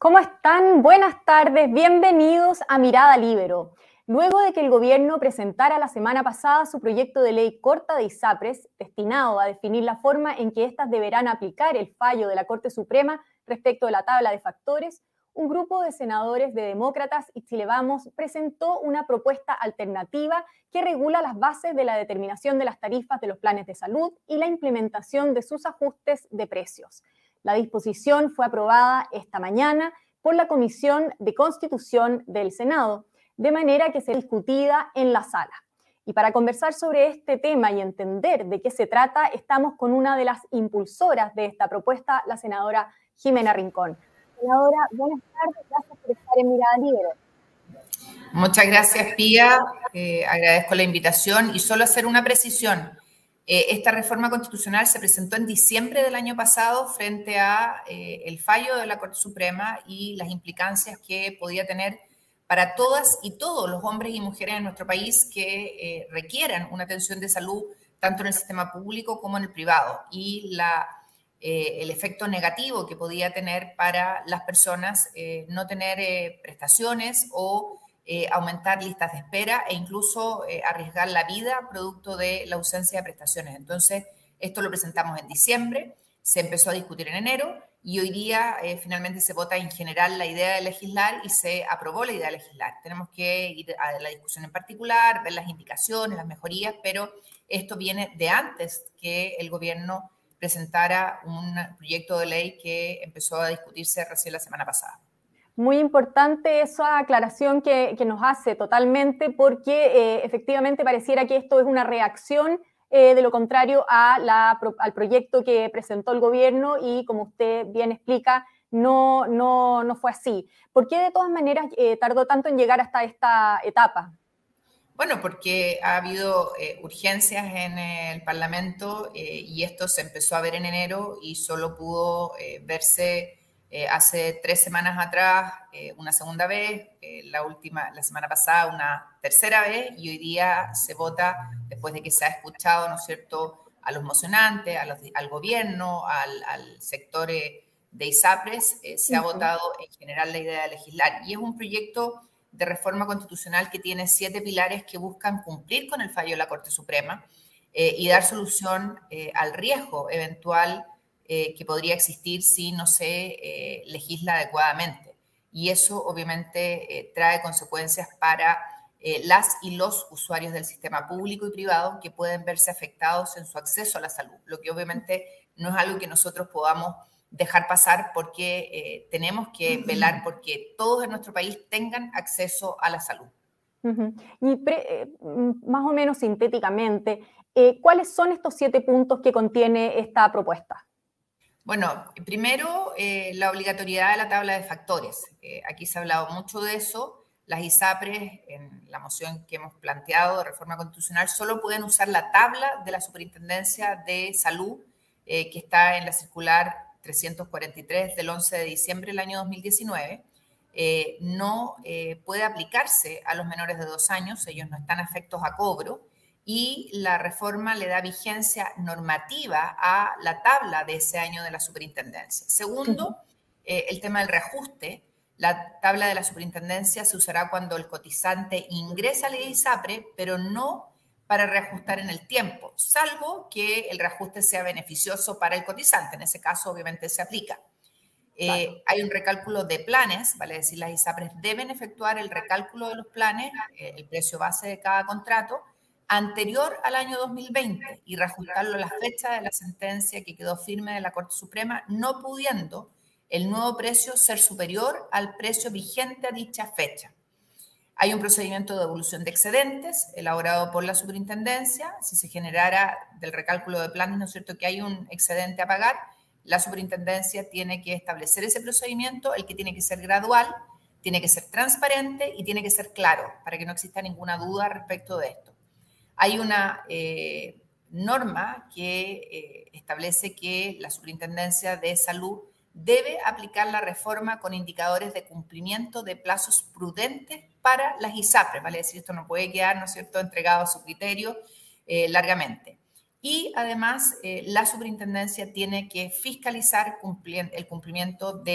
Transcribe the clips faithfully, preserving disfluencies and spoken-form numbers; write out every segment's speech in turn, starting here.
¿Cómo están? Buenas tardes, bienvenidos a Mirada Libero. Luego de que el gobierno presentara la semana pasada su proyecto de ley corta de ISAPRES, destinado a definir la forma en que éstas deberán aplicar el fallo de la Corte Suprema respecto de la tabla de factores, un grupo de senadores de Demócratas y Chile Vamos presentó una propuesta alternativa que regula las bases de la determinación de las tarifas de los planes de salud y la implementación de sus ajustes de precios. La disposición fue aprobada esta mañana por la Comisión de Constitución del Senado, de manera que será discutida en la sala. Y para conversar sobre este tema y entender de qué se trata, estamos con una de las impulsoras de esta propuesta, la senadora Jimena Rincón. Senadora, buenas tardes, gracias por estar en Mirada Libero. Muchas gracias, Pía. Eh, agradezco la invitación y solo hacer una precisión. Eh, esta reforma constitucional se presentó en diciembre del año pasado frente a eh, el fallo de la Corte Suprema y las implicancias que podía tener para todas y todos los hombres y mujeres en nuestro país que eh, requieran una atención de salud tanto en el sistema público como en el privado, y la, eh, el efecto negativo que podía tener para las personas eh, no tener eh, prestaciones o Eh, aumentar listas de espera e incluso eh, arriesgar la vida producto de la ausencia de prestaciones. Entonces, esto lo presentamos en diciembre, se empezó a discutir en enero y hoy día eh, finalmente se vota en general la idea de legislar y se aprobó la idea de legislar. Tenemos que ir a la discusión en particular, ver las indicaciones, las mejorías, pero esto viene de antes que el gobierno presentara un proyecto de ley que empezó a discutirse recién la semana pasada. Muy importante esa aclaración que, que nos hace totalmente, porque eh, efectivamente pareciera que esto es una reacción eh, de lo contrario a la, al proyecto que presentó el gobierno y, como usted bien explica, no, no, no fue así. ¿Por qué de todas maneras eh, tardó tanto en llegar hasta esta etapa? Bueno, porque ha habido eh, urgencias en el Parlamento eh, y esto se empezó a ver en enero y solo pudo eh, verse Eh, hace tres semanas atrás eh, una segunda vez, eh, la última, la semana pasada una tercera vez, y hoy día se vota después de que se ha escuchado, ¿no es cierto?, a los mocionantes, a los, al gobierno, al, al sector eh, de ISAPRES, eh, se uh-huh. ha votado en general la idea de legislar. Y es un proyecto de reforma constitucional que tiene siete pilares que buscan cumplir con el fallo de la Corte Suprema eh, y dar solución eh, al riesgo eventual Eh, que podría existir si no se eh, legisla adecuadamente. Y eso obviamente eh, trae consecuencias para eh, las y los usuarios del sistema público y privado que pueden verse afectados en su acceso a la salud, lo que obviamente no es algo que nosotros podamos dejar pasar, porque eh, tenemos que velar porque todos en nuestro país tengan acceso a la salud. Uh-huh. Y pre, eh, más o menos sintéticamente, eh, ¿cuáles son estos siete puntos que contiene esta propuesta? Bueno, primero, eh, la obligatoriedad de la tabla de factores. Eh, aquí se ha hablado mucho de eso. Las ISAPRES, en la moción que hemos planteado de reforma constitucional, solo pueden usar la tabla de la Superintendencia de Salud, eh, que está en la circular trescientos cuarenta y tres del once de diciembre del año dos mil diecinueve. Eh, no eh, puede aplicarse a los menores de dos años, ellos no están afectos a cobro, y la reforma le da vigencia normativa a la tabla de ese año de la superintendencia. Segundo, eh, el tema del reajuste. La tabla de la superintendencia se usará cuando el cotizante ingresa a la ISAPRE, pero no para reajustar en el tiempo, salvo que el reajuste sea beneficioso para el cotizante. En ese caso, obviamente, se aplica. Eh, claro. Hay un recálculo de planes, vale decir, las ISAPRES deben efectuar el recálculo de los planes, eh, el precio base de cada contrato, anterior al año dos mil veinte y reajustarlo a la fecha de la sentencia que quedó firme de la Corte Suprema, no pudiendo el nuevo precio ser superior al precio vigente a dicha fecha. Hay un procedimiento de devolución de excedentes elaborado por la superintendencia. Si se generara del recálculo de planes, ¿no es cierto?, que hay un excedente a pagar, la superintendencia tiene que establecer ese procedimiento, el que tiene que ser gradual, tiene que ser transparente y tiene que ser claro, para que no exista ninguna duda respecto de esto. Hay una eh, norma que eh, establece que la Superintendencia de Salud debe aplicar la reforma con indicadores de cumplimiento de plazos prudentes para las ISAPRES, vale decir, esto no puede quedar, ¿no es cierto?, entregado a su criterio eh, largamente. Y además, eh, la Superintendencia tiene que fiscalizar el cumplimiento de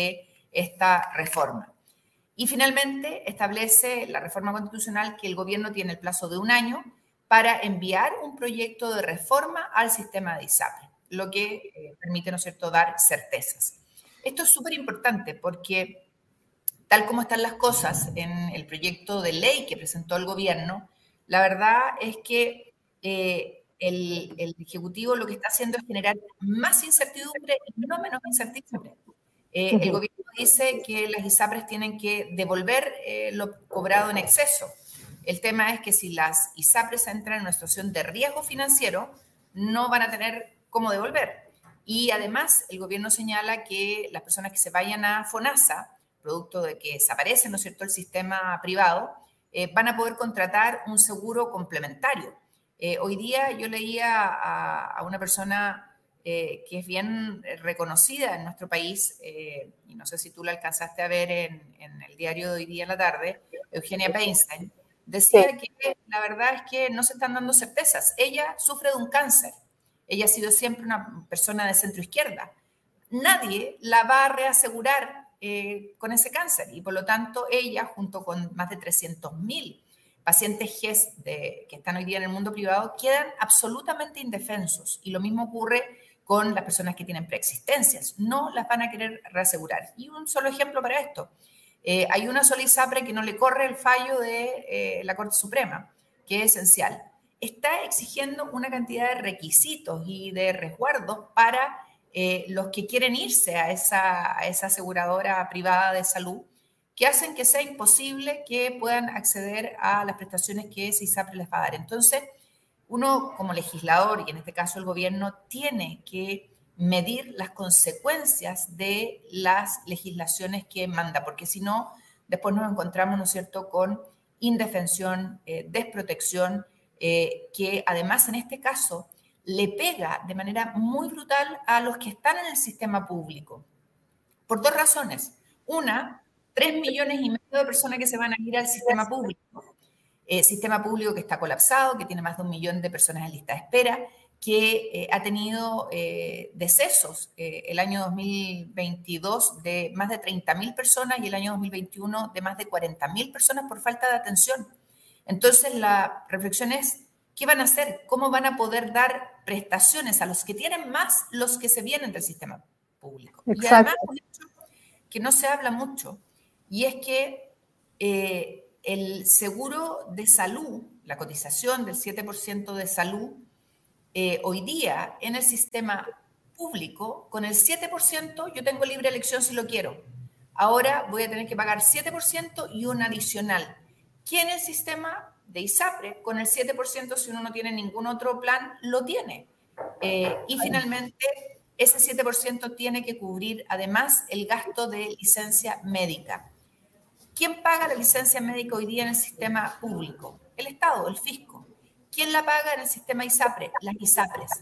esta reforma. Y finalmente establece la reforma constitucional que el gobierno tiene el plazo de un año para enviar un proyecto de reforma al sistema de ISAPRES, lo que eh, permite, ¿no es cierto?, dar certezas. Esto es súper importante porque, tal como están las cosas en el proyecto de ley que presentó el gobierno, la verdad es que eh, el, el Ejecutivo lo que está haciendo es generar más incertidumbre y no menos incertidumbre. Eh, uh-huh. El gobierno dice que las ISAPRES tienen que devolver eh, lo cobrado en exceso. El tema es que si las ISAPRES entran en una situación de riesgo financiero, no van a tener cómo devolver. Y además, el gobierno señala que las personas que se vayan a FONASA, producto de que desaparece, ¿no es cierto?, el sistema privado, eh, van a poder contratar un seguro complementario. Eh, hoy día yo leía a, a una persona eh, que es bien reconocida en nuestro país, eh, y no sé si tú la alcanzaste a ver en, en el diario de hoy día en la tarde, Eugenia Weinstein, decía sí. que la verdad es que no se están dando certezas. Ella sufre de un cáncer. Ella ha sido siempre una persona de centro izquierda. Nadie la va a reasegurar eh, con ese cáncer y por lo tanto ella, junto con más de trescientos mil pacientes G E S de, que están hoy día en el mundo privado, quedan absolutamente indefensos. Y lo mismo ocurre con las personas que tienen preexistencias. No las van a querer reasegurar. Y un solo ejemplo para esto. Eh, hay una sola ISAPRE que no le corre el fallo de eh, la Corte Suprema, que es esencial. Está exigiendo una cantidad de requisitos y de resguardos para eh, los que quieren irse a esa, a esa aseguradora privada de salud, que hacen que sea imposible que puedan acceder a las prestaciones que ese ISAPRE les va a dar. Entonces, uno como legislador, y en este caso el gobierno, tiene que medir las consecuencias de las legislaciones que manda, porque si no, después nos encontramos, ¿no es cierto?, con indefensión, eh, desprotección, eh, que además en este caso le pega de manera muy brutal a los que están en el sistema público, por dos razones. Una, tres millones y medio de personas que se van a ir al sistema público, eh, sistema público que está colapsado, que tiene más de un millón de personas en lista de espera, que eh, ha tenido eh, decesos eh, el año dos mil veintidós de más de treinta mil personas y el año dos mil veintiuno de más de cuarenta mil personas por falta de atención. Entonces, la reflexión es, ¿qué van a hacer? ¿Cómo van a poder dar prestaciones a los que tienen más, los que se vienen del sistema público? Exacto. Y además, un hecho que no se habla mucho, y es que eh, el seguro de salud, la cotización del siete por ciento de salud, Eh, hoy día en el sistema público, con el siete por ciento yo tengo libre elección si lo quiero. Ahora voy a tener que pagar siete por ciento y un adicional. Que en el sistema de ISAPRE, con el siete por ciento, si uno no tiene ningún otro plan, lo tiene. Eh, y finalmente, ese siete por ciento tiene que cubrir además el gasto de licencia médica. ¿Quién paga la licencia médica hoy día en el sistema público? El Estado, el fisco. ¿Quién la paga en el sistema ISAPRE? Las ISAPRES.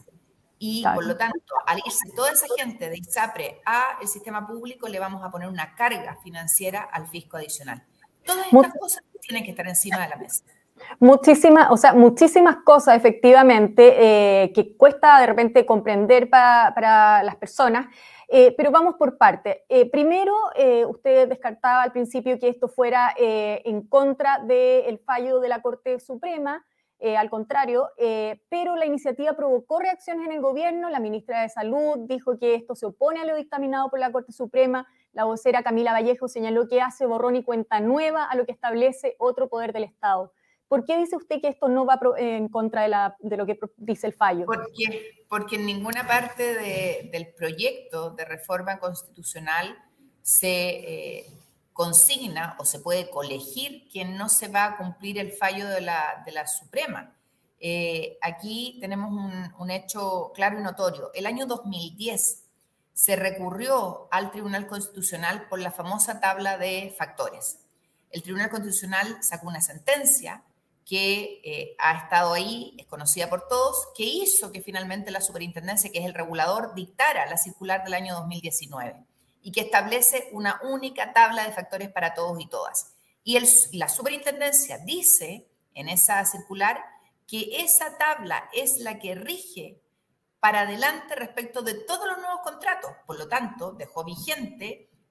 Y por lo tanto, al irse toda esa gente de ISAPRE al sistema público, le vamos a poner una carga financiera al fisco adicional. Todas estas Much cosas tienen que estar encima de la mesa. Muchísimas, o sea, muchísimas cosas efectivamente eh, que cuesta de repente comprender para, para las personas. Eh, pero vamos por parte. Eh, primero, eh, usted descartaba al principio que esto fuera eh, en contra del fallo de la Corte Suprema. Eh, al contrario, eh, pero la iniciativa provocó reacciones en el gobierno. La ministra de Salud dijo que esto se opone a lo dictaminado por la Corte Suprema. La vocera Camila Vallejo señaló que hace borrón y cuenta nueva a lo que establece otro poder del Estado. ¿Por qué dice usted que esto no va en contra de, la, de lo que dice el fallo? Porque, porque en ninguna parte de, del proyecto de reforma constitucional se eh, consigna o se puede colegir que no se va a cumplir el fallo de la, de la Suprema. Eh, aquí tenemos un, un hecho claro y notorio. El año dos mil diez se recurrió al Tribunal Constitucional por la famosa tabla de factores. El Tribunal Constitucional sacó una sentencia que eh, ha estado ahí, es conocida por todos, que hizo que finalmente la superintendencia, que es el regulador, dictara la circular del año dos mil diecinueve y que establece una única tabla de factores para todos y todas. Y el, la superintendencia dice en esa circular que esa tabla es la que rige para adelante respecto de todos los nuevos contratos. Por lo tanto, dejó vigente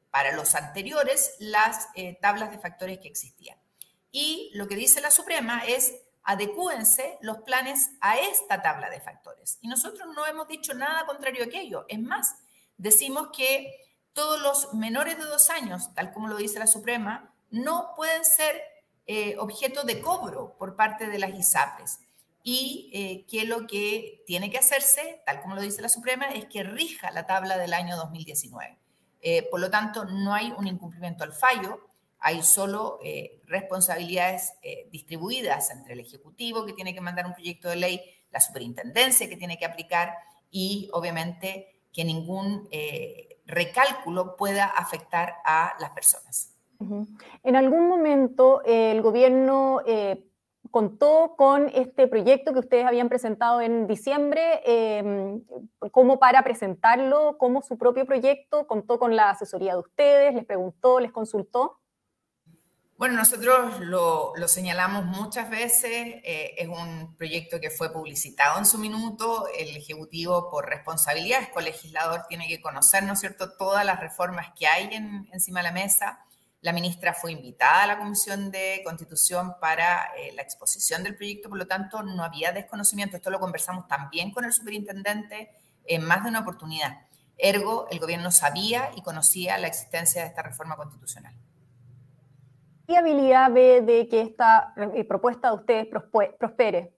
para los anteriores las eh, tablas de factores que existían. Y lo que dice la Suprema es: adecúense los planes a esta tabla de factores. Y nosotros no hemos dicho nada contrario a aquello. Es más, decimos que todos los menores de dos años, tal como lo dice la Suprema, no pueden ser eh, objeto de cobro por parte de las ISAPRES. Y eh, que lo que tiene que hacerse, tal como lo dice la Suprema, es que rija la tabla del año dos mil diecinueve. Eh, por lo tanto, no hay un incumplimiento al fallo. Hay solo eh, responsabilidades eh, distribuidas entre el Ejecutivo, que tiene que mandar un proyecto de ley, la Superintendencia, que tiene que aplicar, y obviamente que ningún eh, recálculo pueda afectar a las personas. Uh-huh. En algún momento eh, el gobierno eh, contó con este proyecto que ustedes habían presentado en diciembre, eh, como para presentarlo como su propio proyecto, contó con la asesoría de ustedes, les preguntó, les consultó. Bueno, nosotros lo, lo señalamos muchas veces, eh, es un proyecto que fue publicitado en su minuto, el Ejecutivo por responsabilidades, colegislador tiene que conocer, ¿no es cierto?, todas las reformas que hay en, encima de la mesa. La ministra fue invitada a la Comisión de Constitución para eh, la exposición del proyecto, por lo tanto no había desconocimiento, esto lo conversamos también con el superintendente en más de una oportunidad. Ergo, el gobierno sabía y conocía la existencia de esta reforma constitucional. ¿Qué habilidad ve de que esta eh, propuesta de ustedes prospere?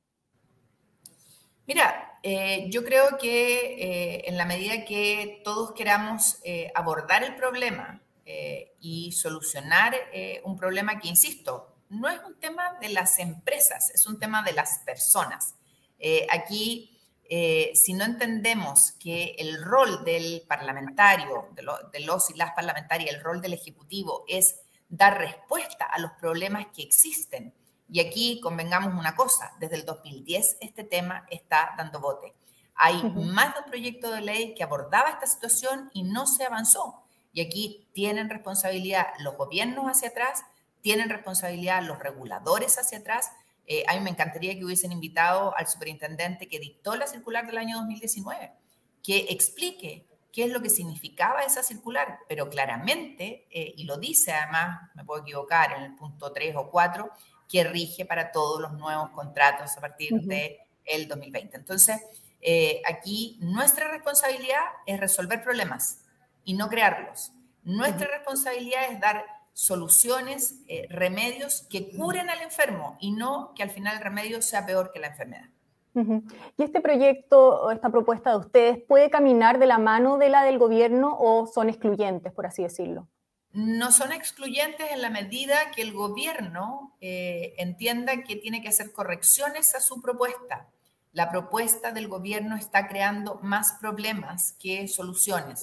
Mira, eh, yo creo que eh, en la medida que todos queramos eh, abordar el problema eh, y solucionar eh, un problema que, insisto, no es un tema de las empresas, es un tema de las personas. Eh, aquí, eh, si no entendemos que el rol del parlamentario, de, lo, de los y las parlamentarias, el rol del Ejecutivo es dar respuesta a los problemas que existen. Y aquí convengamos una cosa, desde el dos mil diez este tema está dando bote. Hay uh-huh. más de un proyecto de ley que abordaba esta situación y no se avanzó. Y aquí tienen responsabilidad los gobiernos hacia atrás, tienen responsabilidad los reguladores hacia atrás. Eh, a mí me encantaría que hubiesen invitado al superintendente que dictó la circular del año dos mil diecinueve, que explique qué es lo que significaba esa circular, pero claramente, eh, y lo dice además, me puedo equivocar, en el punto tres o cuatro, que rige para todos los nuevos contratos a partir uh-huh. del dos mil veinte. Entonces, eh, aquí nuestra responsabilidad es resolver problemas y no crearlos. Nuestra uh-huh. responsabilidad es dar soluciones, eh, remedios que curen al enfermo y no que al final el remedio sea peor que la enfermedad. Uh-huh. ¿Y este proyecto o esta propuesta de ustedes puede caminar de la mano de la del gobierno o son excluyentes, por así decirlo? No son excluyentes en la medida que el gobierno eh, entienda que tiene que hacer correcciones a su propuesta. La propuesta del gobierno está creando más problemas que soluciones.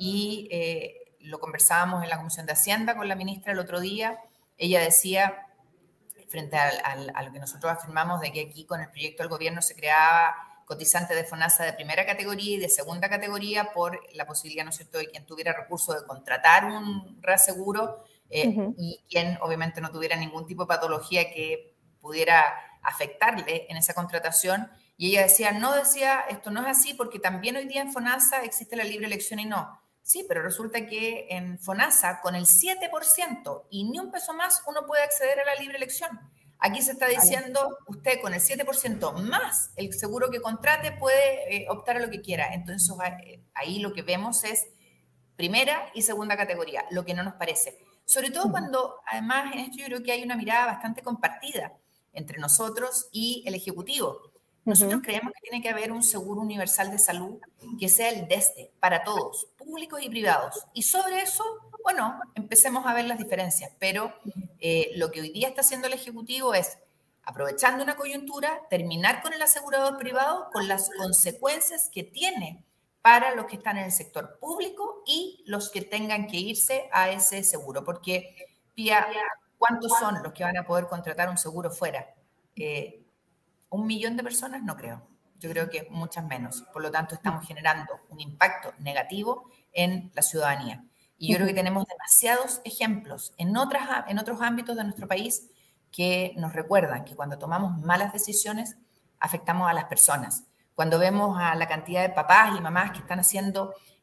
Y eh, lo conversábamos en la Comisión de Hacienda con la ministra el otro día. Ella decía, frente a, a, a lo que nosotros afirmamos de que aquí con el proyecto del gobierno se creaba cotizante de FONASA de primera categoría y de segunda categoría por la posibilidad, ¿no es cierto?, de quien tuviera recursos de contratar un reaseguro eh, uh-huh. y quien obviamente no tuviera ningún tipo de patología que pudiera afectarle en esa contratación. Y ella decía, no decía, esto no es así porque también hoy día en FONASA existe la libre elección y no. Sí, pero resulta que en FONASA con el siete por ciento y ni un peso más uno puede acceder a la libre elección. Aquí se está diciendo, usted con el siete por ciento más el seguro que contrate puede eh, optar a lo que quiera. Entonces ahí lo que vemos es primera y segunda categoría, lo que no nos parece. Sobre todo cuando además en esto yo creo que hay una mirada bastante compartida entre nosotros y el Ejecutivo. Nosotros uh-huh. creemos que tiene que haber un seguro universal de salud que sea el DESTE para todos, públicos y privados. Y sobre eso, bueno, empecemos a ver las diferencias. Pero eh, lo que hoy día está haciendo el Ejecutivo es, aprovechando una coyuntura, terminar con el asegurador privado con las consecuencias que tiene para los que están en el sector público y los que tengan que irse a ese seguro. Porque, Pía, ¿cuántos son los que van a poder contratar un seguro fuera? Eh, ¿Un millón de personas? No creo. Yo creo que muchas menos. Por lo tanto, estamos generando un impacto negativo en la ciudadanía. Y yo creo que tenemos demasiados ejemplos en, otras, en otros ámbitos de nuestro país que nos recuerdan que cuando tomamos malas decisiones afectamos a las personas. Cuando vemos a la cantidad de papás y mamás que están haciendo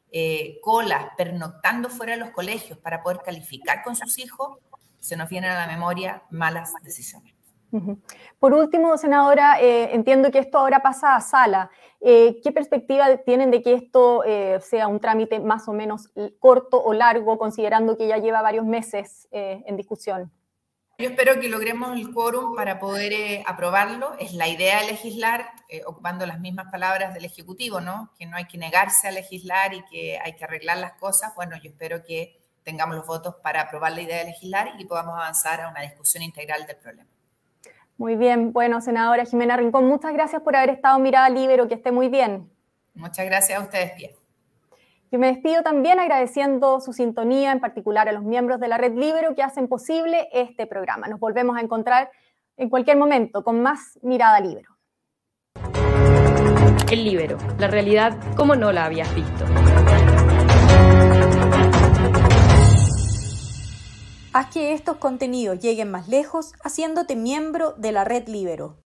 eh, colas, pernoctando fuera de los colegios para poder calificar con sus hijos, se nos vienen a la memoria malas decisiones. Uh-huh. Por último, senadora, eh, entiendo que esto ahora pasa a sala. Eh, ¿Qué perspectiva tienen de que esto eh, sea un trámite más o menos corto o largo, considerando que ya lleva varios meses eh, en discusión? Yo espero que logremos el quórum para poder eh, aprobarlo. Es la idea de legislar, eh, ocupando las mismas palabras del Ejecutivo, ¿no? Que no hay que negarse a legislar y que hay que arreglar las cosas. Bueno, yo espero que tengamos los votos para aprobar la idea de legislar y que podamos avanzar a una discusión integral del problema. Muy bien. Bueno, senadora Jimena Rincón, muchas gracias por haber estado en Mirada Libero. Que esté muy bien. Muchas gracias a ustedes, Pia. Yo me despido también agradeciendo su sintonía, en particular a los miembros de la Red Libero que hacen posible este programa. Nos volvemos a encontrar en cualquier momento con más Mirada Libero. El Libero, la realidad como no la habías visto. Haz que estos contenidos lleguen más lejos haciéndote miembro de la Red Libero.